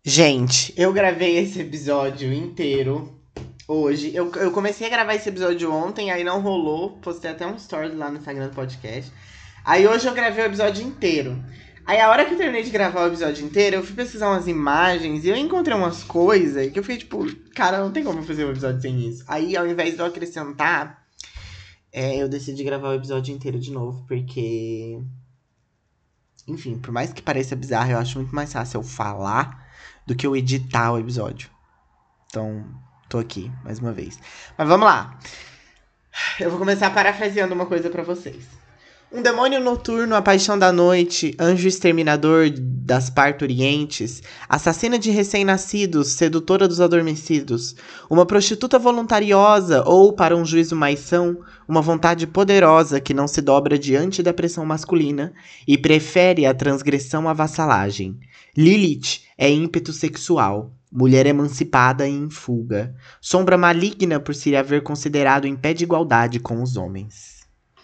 Gente, eu gravei esse episódio inteiro hoje. Eu comecei a gravar esse episódio ontem, aí não rolou. Postei até um story lá no Instagram do podcast. Aí hoje eu gravei o episódio inteiro. Aí a hora que eu terminei de gravar o episódio inteiro, eu fui pesquisar umas imagens e eu encontrei umas coisas que eu fiquei tipo, cara, não tem como fazer um episódio sem isso. Aí ao invés de eu acrescentar, eu decidi gravar o episódio inteiro de novo, porque... Enfim, por mais que pareça bizarro, eu acho muito mais fácil eu falar do que eu editar o episódio. Então, tô aqui, mais uma vez. Mas vamos lá. Eu vou começar parafraseando uma coisa pra vocês. Um demônio noturno, a paixão da noite, anjo exterminador das parturientes, assassina de recém-nascidos, sedutora dos adormecidos, uma prostituta voluntariosa ou, para um juízo mais são, uma vontade poderosa que não se dobra diante da pressão masculina e prefere a transgressão à vassalagem. Lilith é ímpeto sexual, mulher emancipada e em fuga, sombra maligna por se haver considerado em pé de igualdade com os homens.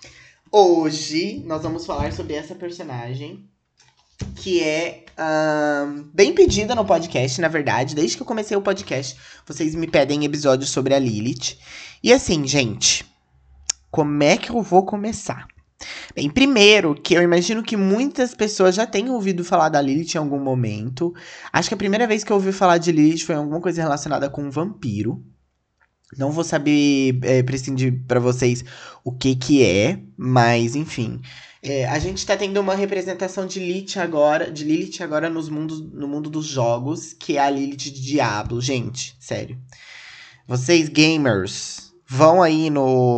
Hoje nós vamos falar sobre essa personagem que é bem pedida no podcast, na verdade. Desde que eu comecei o podcast, vocês me pedem episódios sobre a Lilith. E assim, gente, como é que eu vou começar? Bem, primeiro, que eu imagino que muitas pessoas já tenham ouvido falar da Lilith em algum momento. Acho que a primeira vez que eu ouvi falar de Lilith foi alguma coisa relacionada com um vampiro. Não vou saber prescindir pra vocês o que é, mas enfim. A gente tá tendo uma representação de Lilith agora no mundo dos jogos, que é a Lilith de Diablo. Gente, sério. Vocês gamers, vão aí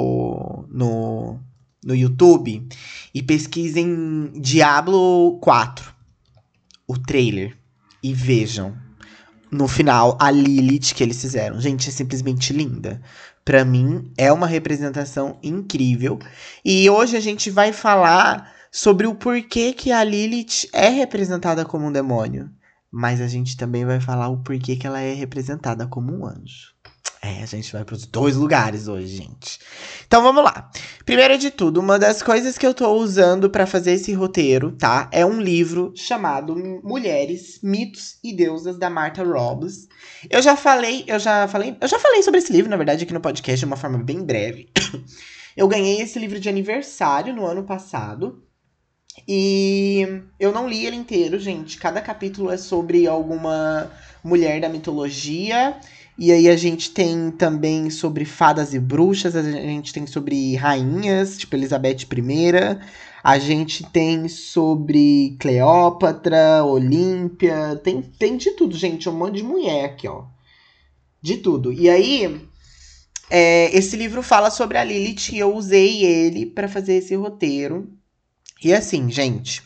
no YouTube e pesquisem Diablo 4, o trailer, e vejam. No final, a Lilith que eles fizeram. Gente, é simplesmente linda. Pra mim, é uma representação incrível. E hoje a gente vai falar sobre o porquê que a Lilith é representada como um demônio. Mas a gente também vai falar o porquê que ela é representada como um anjo. A gente vai pros dois lugares hoje, gente. Então vamos lá. Primeiro de tudo, uma das coisas que eu tô usando pra fazer esse roteiro, tá? É um livro chamado Mulheres, Mitos e Deusas, da Martha Robles. Eu já falei sobre esse livro, na verdade, aqui no podcast de uma forma bem breve. Eu ganhei esse livro de aniversário no ano passado. E eu não li ele inteiro, gente. Cada capítulo é sobre alguma mulher da mitologia. E aí a gente tem também sobre fadas e bruxas, a gente tem sobre rainhas, tipo Elizabeth I. A gente tem sobre Cleópatra, Olímpia, tem de tudo, gente. Um monte de mulher aqui, ó. De tudo. E aí, esse livro fala sobre a Lilith e eu usei ele pra fazer esse roteiro. E assim, gente,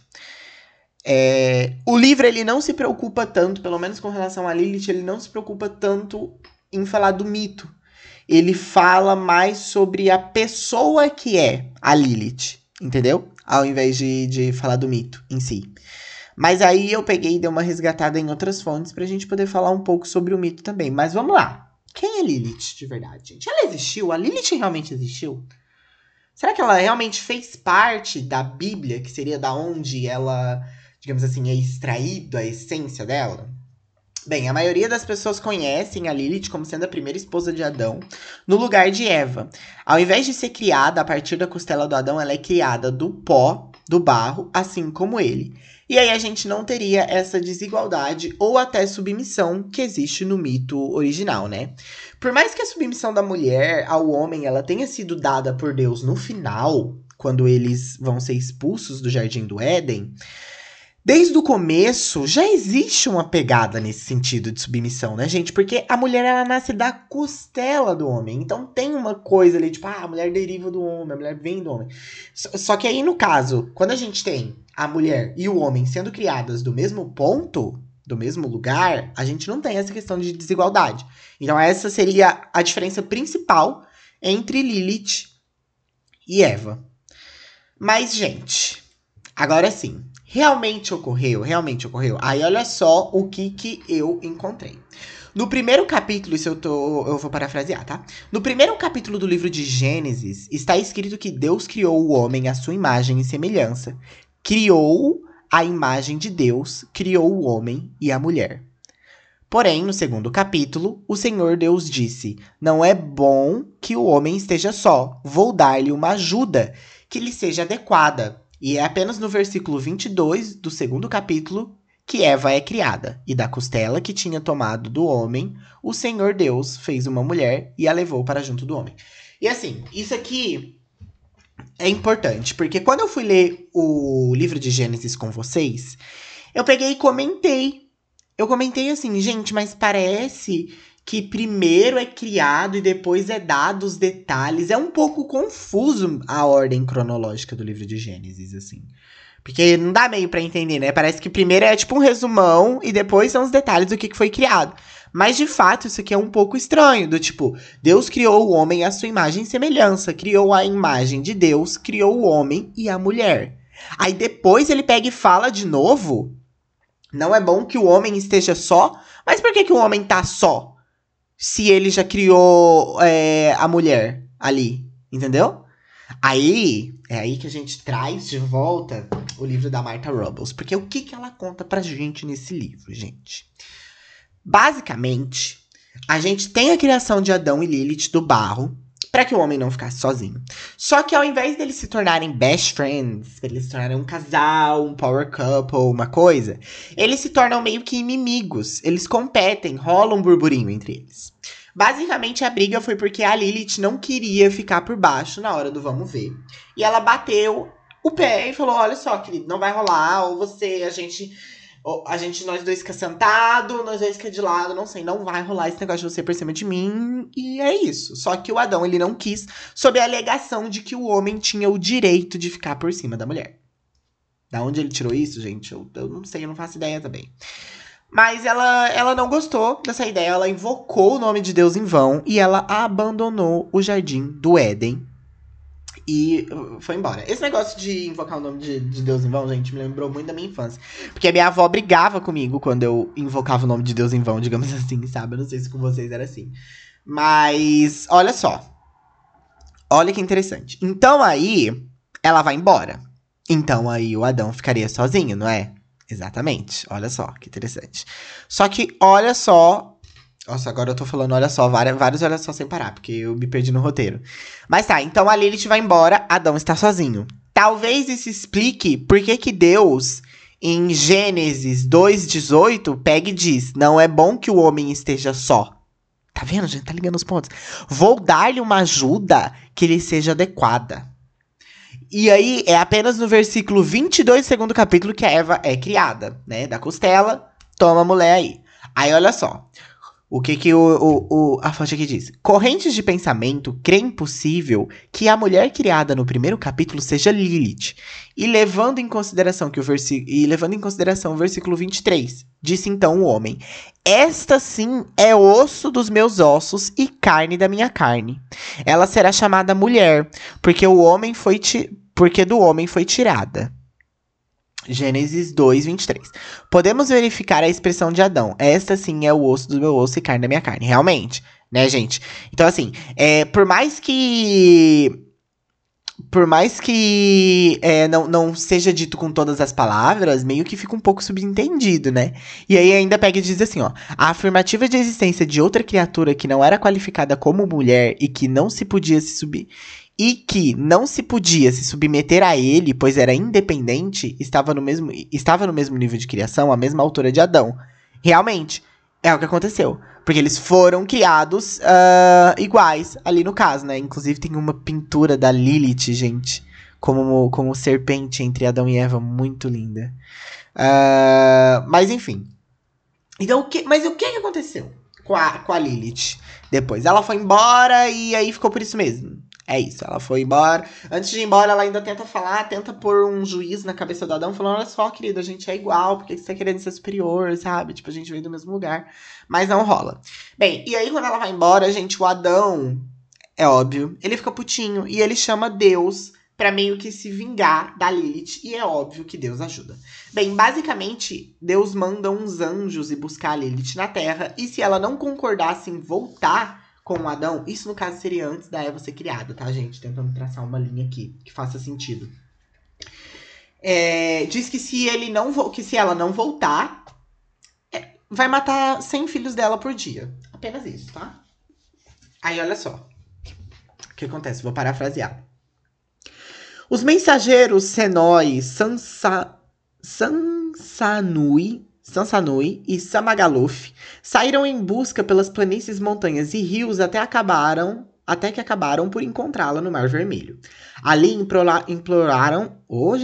o livro ele não se preocupa tanto, pelo menos com relação a Lilith, ele não se preocupa tanto em falar do mito. Ele fala mais sobre a pessoa que é a Lilith, entendeu? Ao invés de falar do mito em si. Mas aí eu peguei e dei uma resgatada em outras fontes pra gente poder falar um pouco sobre o mito também. Mas vamos lá. Quem é Lilith de verdade, gente? Ela existiu? A Lilith realmente existiu? Será que ela realmente fez parte da Bíblia, que seria da onde ela, digamos assim, é extraído a essência dela? Bem, a maioria das pessoas conhecem a Lilith como sendo a primeira esposa de Adão, no lugar de Eva. Ao invés de ser criada a partir da costela do Adão, ela é criada do pó, do barro, assim como ele. E aí a gente não teria essa desigualdade ou até submissão que existe no mito original, né? Por mais que a submissão da mulher ao homem ela tenha sido dada por Deus no final, quando eles vão ser expulsos do Jardim do Éden, desde o começo já existe uma pegada nesse sentido de submissão, né, gente? Porque a mulher ela nasce da costela do homem. Então tem uma coisa ali, tipo, a mulher deriva do homem, a mulher vem do homem. Só que aí, no caso, quando a gente tem a mulher e o homem sendo criadas do mesmo ponto, do mesmo lugar, a gente não tem essa questão de desigualdade. Então essa seria a diferença principal entre Lilith e Eva. Mas, gente, agora sim, realmente ocorreu. Aí olha só o que eu encontrei. No primeiro capítulo, eu vou parafrasear, tá? No primeiro capítulo do livro de Gênesis, está escrito que Deus criou o homem à sua imagem e semelhança. Criou a imagem de Deus, criou o homem e a mulher. Porém, no segundo capítulo, o Senhor Deus disse: Não é bom que o homem esteja só. Vou dar-lhe uma ajuda que lhe seja adequada. E é apenas no versículo 22 do segundo capítulo que Eva é criada. E da costela que tinha tomado do homem, o Senhor Deus fez uma mulher e a levou para junto do homem. E assim, isso aqui é importante, porque quando eu fui ler o livro de Gênesis com vocês, eu peguei e comentei. Eu comentei assim, gente, mas parece que primeiro é criado e depois é dado os detalhes. É um pouco confuso a ordem cronológica do livro de Gênesis, assim. Porque não dá meio pra entender, né? Parece que primeiro é tipo um resumão e depois são os detalhes do que foi criado. Mas, de fato, isso aqui é um pouco estranho. Do tipo, Deus criou o homem à sua imagem e semelhança. Criou a imagem de Deus, criou o homem e a mulher. Aí depois ele pega e fala de novo. Não é bom que o homem esteja só. Mas por que o homem tá só? Se ele já criou a mulher ali, entendeu? Aí, é aí que a gente traz de volta o livro da Martha Robles. Porque o que ela conta pra gente nesse livro, gente? Basicamente, a gente tem a criação de Adão e Lilith do barro para que o homem não ficasse sozinho. Só que ao invés deles se tornarem best friends, eles se tornarem um casal, um power couple, uma coisa, eles se tornam meio que inimigos. Eles competem, rola um burburinho entre eles. Basicamente, a briga foi porque a Lilith não queria ficar por baixo na hora do vamos ver. E ela bateu o pé e falou, olha só, querido, não vai rolar, ou você, nós dois fica sentado, nós dois fica de lado, não sei, não vai rolar esse negócio de você por cima de mim, e é isso. Só que o Adão, ele não quis, sob a alegação de que o homem tinha o direito de ficar por cima da mulher. Da onde ele tirou isso, gente, eu não sei, eu não faço ideia também. Mas ela não gostou dessa ideia, ela invocou o nome de Deus em vão, e ela abandonou o jardim do Éden. E foi embora. Esse negócio de invocar o nome de Deus em vão, gente, me lembrou muito da minha infância. Porque a minha avó brigava comigo quando eu invocava o nome de Deus em vão, digamos assim, sabe? Eu não sei se com vocês era assim. Mas, olha só. Olha que interessante. Então aí, ela vai embora. Então aí o Adão ficaria sozinho, não é? Exatamente. Olha só, que interessante. Só que, olha só. Nossa, agora eu tô falando, olha só, vários olha só sem parar, porque eu me perdi no roteiro. Mas tá, então a Lilith vai embora, Adão está sozinho. Talvez isso explique por que Deus, em Gênesis 2:18, pega e diz: Não é bom que o homem esteja só. Tá vendo, gente? Tá ligando os pontos. Vou dar-lhe uma ajuda que lhe seja adequada. E aí, é apenas no versículo 22 do segundo capítulo que a Eva é criada, né? Da costela, toma a mulher aí. Aí, olha só. O que a fonte aqui diz? Correntes de pensamento creem possível que a mulher criada no primeiro capítulo seja Lilith. E levando em consideração o versículo 23, disse então o homem: Esta sim é osso dos meus ossos e carne da minha carne. Ela será chamada mulher, porque do homem foi tirada. Gênesis 2:23. Podemos verificar a expressão de Adão. Esta sim é o osso do meu osso e carne da minha carne. Realmente, né, gente? Então, assim, por mais que não seja dito com todas as palavras, meio que fica um pouco subentendido, né? E aí ainda pega e diz assim, ó. A afirmativa de existência de outra criatura que não era qualificada como mulher e que não se podia se submeter a ele, pois era independente, estava no mesmo nível de criação, a mesma altura de Adão. Realmente, é o que aconteceu. Porque eles foram criados iguais, ali no caso, né? Inclusive tem uma pintura da Lilith, gente, como serpente entre Adão e Eva, muito linda. Mas enfim. Então, o que aconteceu com a Lilith depois? Ela foi embora e aí ficou por isso mesmo. É isso, ela foi embora. Antes de ir embora, ela ainda tenta pôr um juízo na cabeça do Adão, falando, olha só, querido, a gente é igual, por que você tá querendo ser superior, sabe? Tipo, a gente veio do mesmo lugar. Mas não rola. Bem, e aí quando ela vai embora, gente, o Adão, é óbvio, ele fica putinho e ele chama Deus pra meio que se vingar da Lilith. E é óbvio que Deus ajuda. Bem, basicamente, Deus manda uns anjos ir buscar a Lilith na Terra. E se ela não concordasse em voltar com o Adão, isso no caso seria antes da Eva ser criada, tá, gente? Tentando traçar uma linha aqui que faça sentido. Diz que se ela não voltar, vai matar 100 filhos dela por dia. Apenas isso, tá? Aí, olha só. O que acontece? Vou parafrasear. Os mensageiros Senoi, Sansanui e Samagaluf saíram em busca pelas planícies, montanhas e rios até que acabaram por encontrá-la no Mar Vermelho. Ali imploraram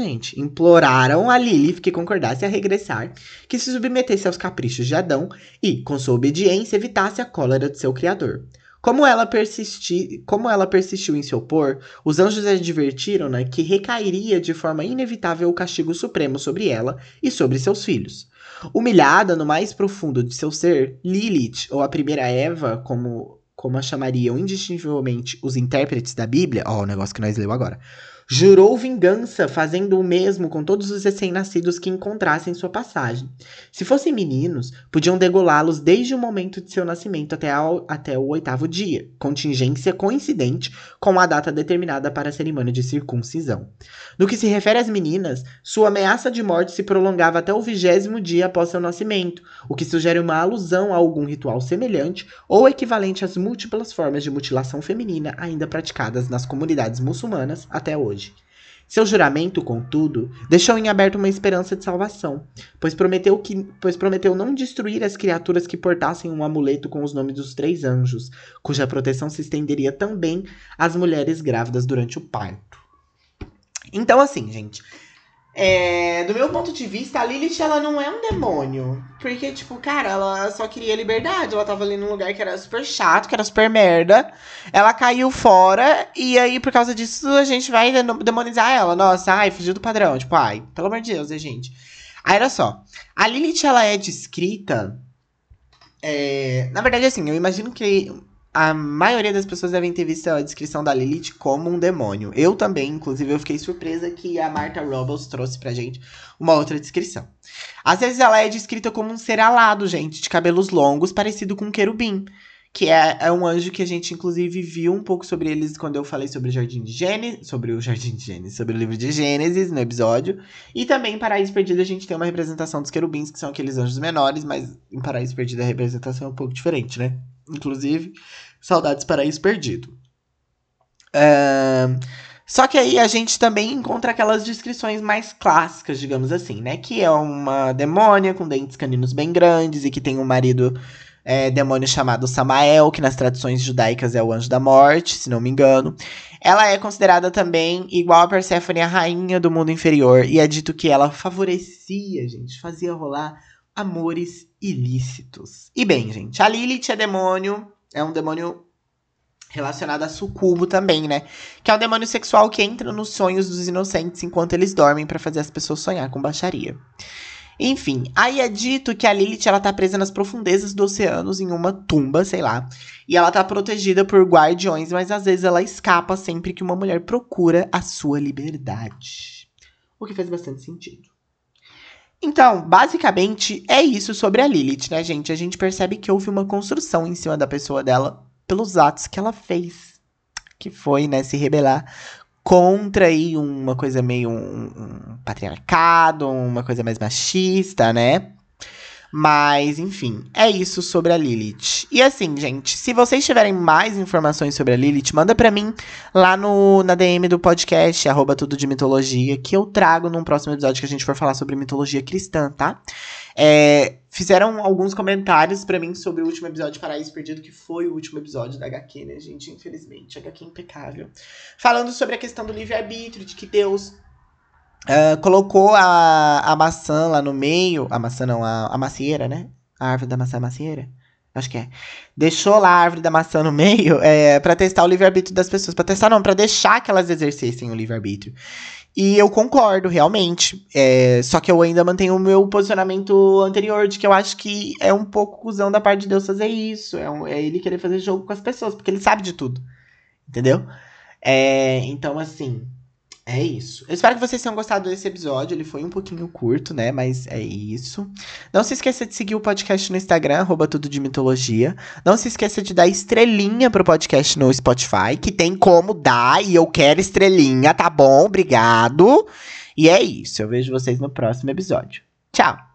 a Lilith que concordasse a regressar, que se submetesse aos caprichos de Adão e, com sua obediência, evitasse a cólera de seu criador. Como ela persistiu em se opor, os anjos advertiram-na que recairia de forma inevitável o castigo supremo sobre ela e sobre seus filhos. Humilhada no mais profundo de seu ser, Lilith, ou a primeira Eva, como a chamariam indistintivelmente os intérpretes da Bíblia, o negócio que nós lemos agora, jurou vingança, fazendo o mesmo com todos os recém-nascidos que encontrassem sua passagem. Se fossem meninos, podiam degolá-los desde o momento de seu nascimento até o 8º dia, contingência coincidente com a data determinada para a cerimônia de circuncisão. No que se refere às meninas, sua ameaça de morte se prolongava até o 20º dia após seu nascimento, o que sugere uma alusão a algum ritual semelhante ou equivalente às múltiplas formas de mutilação feminina ainda praticadas nas comunidades muçulmanas até hoje. Seu juramento, contudo, deixou em aberto uma esperança de salvação, pois prometeu não destruir as criaturas que portassem um amuleto com os nomes dos 3 anjos, cuja proteção se estenderia também às mulheres grávidas durante o parto. Então, assim, gente, do meu ponto de vista, a Lilith, ela não é um demônio. Porque, tipo, cara, ela só queria liberdade. Ela tava ali num lugar que era super chato, que era super merda. Ela caiu fora, e aí, por causa disso, a gente vai demonizar ela. Nossa, fugiu do padrão. Tipo, pelo amor de Deus, né, gente? Aí, olha só. A Lilith, ela é descrita... na verdade, assim, eu imagino que a maioria das pessoas devem ter visto a descrição da Lilith como um demônio. Eu também, inclusive, eu fiquei surpresa que a Martha Robles trouxe pra gente uma outra descrição. Às vezes ela é descrita como um ser alado, gente, de cabelos longos, parecido com um querubim, que é um anjo que a gente, inclusive, viu um pouco sobre eles quando eu falei sobre sobre o livro de Gênesis, no episódio. E também em Paraíso Perdido a gente tem uma representação dos querubins, que são aqueles anjos menores, mas em Paraíso Perdido a representação é um pouco diferente, né? Inclusive, saudades Paraíso Perdido. Só que aí a gente também encontra aquelas descrições mais clássicas, digamos assim, né? Que é uma demônia com dentes caninos bem grandes e que tem um marido demônio chamado Samael, que nas tradições judaicas é o anjo da morte, se não me engano. Ela é considerada também igual a Perséfone, a rainha do mundo inferior, e é dito que ela favorecia, gente, fazia rolar amores ilícitos. E bem, gente, a Lilith é um demônio relacionado a sucubo também, né? Que é um demônio sexual que entra nos sonhos dos inocentes enquanto eles dormem pra fazer as pessoas sonhar com baixaria. Enfim, aí é dito que a Lilith, ela tá presa nas profundezas dos oceanos em uma tumba, sei lá. E ela tá protegida por guardiões, mas às vezes ela escapa sempre que uma mulher procura a sua liberdade. O que faz bastante sentido. Então, basicamente, é isso sobre a Lilith, né, gente? A gente percebe que houve uma construção em cima da pessoa dela pelos atos que ela fez. Que foi, né, se rebelar contra aí uma coisa meio um patriarcado, uma coisa mais machista, né? Mas, enfim, é isso sobre a Lilith. E assim, gente, se vocês tiverem mais informações sobre a Lilith, manda pra mim lá na DM do podcast, @tudo de mitologia, que eu trago num próximo episódio que a gente for falar sobre mitologia cristã, tá? Fizeram alguns comentários pra mim sobre o último episódio de Paraíso Perdido, que foi o último episódio da HQ, né, gente? Infelizmente, HQ impecável. Falando sobre a questão do livre-arbítrio, de que Deus colocou a maçã lá no meio. A maçã não, a macieira, né? A árvore da maçã, a macieira? Acho que é. Deixou lá a árvore da maçã no meio pra testar o livre-arbítrio das pessoas. Pra testar não, pra deixar que elas exercessem o livre-arbítrio. E eu concordo, realmente. Só que eu ainda mantenho o meu posicionamento anterior, de que eu acho que é um pouco cuzão da parte de Deus fazer isso. É ele querer fazer jogo com as pessoas, porque ele sabe de tudo. Entendeu? Então, assim, é isso. Eu espero que vocês tenham gostado desse episódio. Ele foi um pouquinho curto, né? Mas é isso. Não se esqueça de seguir o podcast no Instagram, @tudo de mitologia. Não se esqueça de dar estrelinha pro podcast no Spotify, que tem como dar, e eu quero estrelinha, tá bom? Obrigado. E é isso. Eu vejo vocês no próximo episódio. Tchau!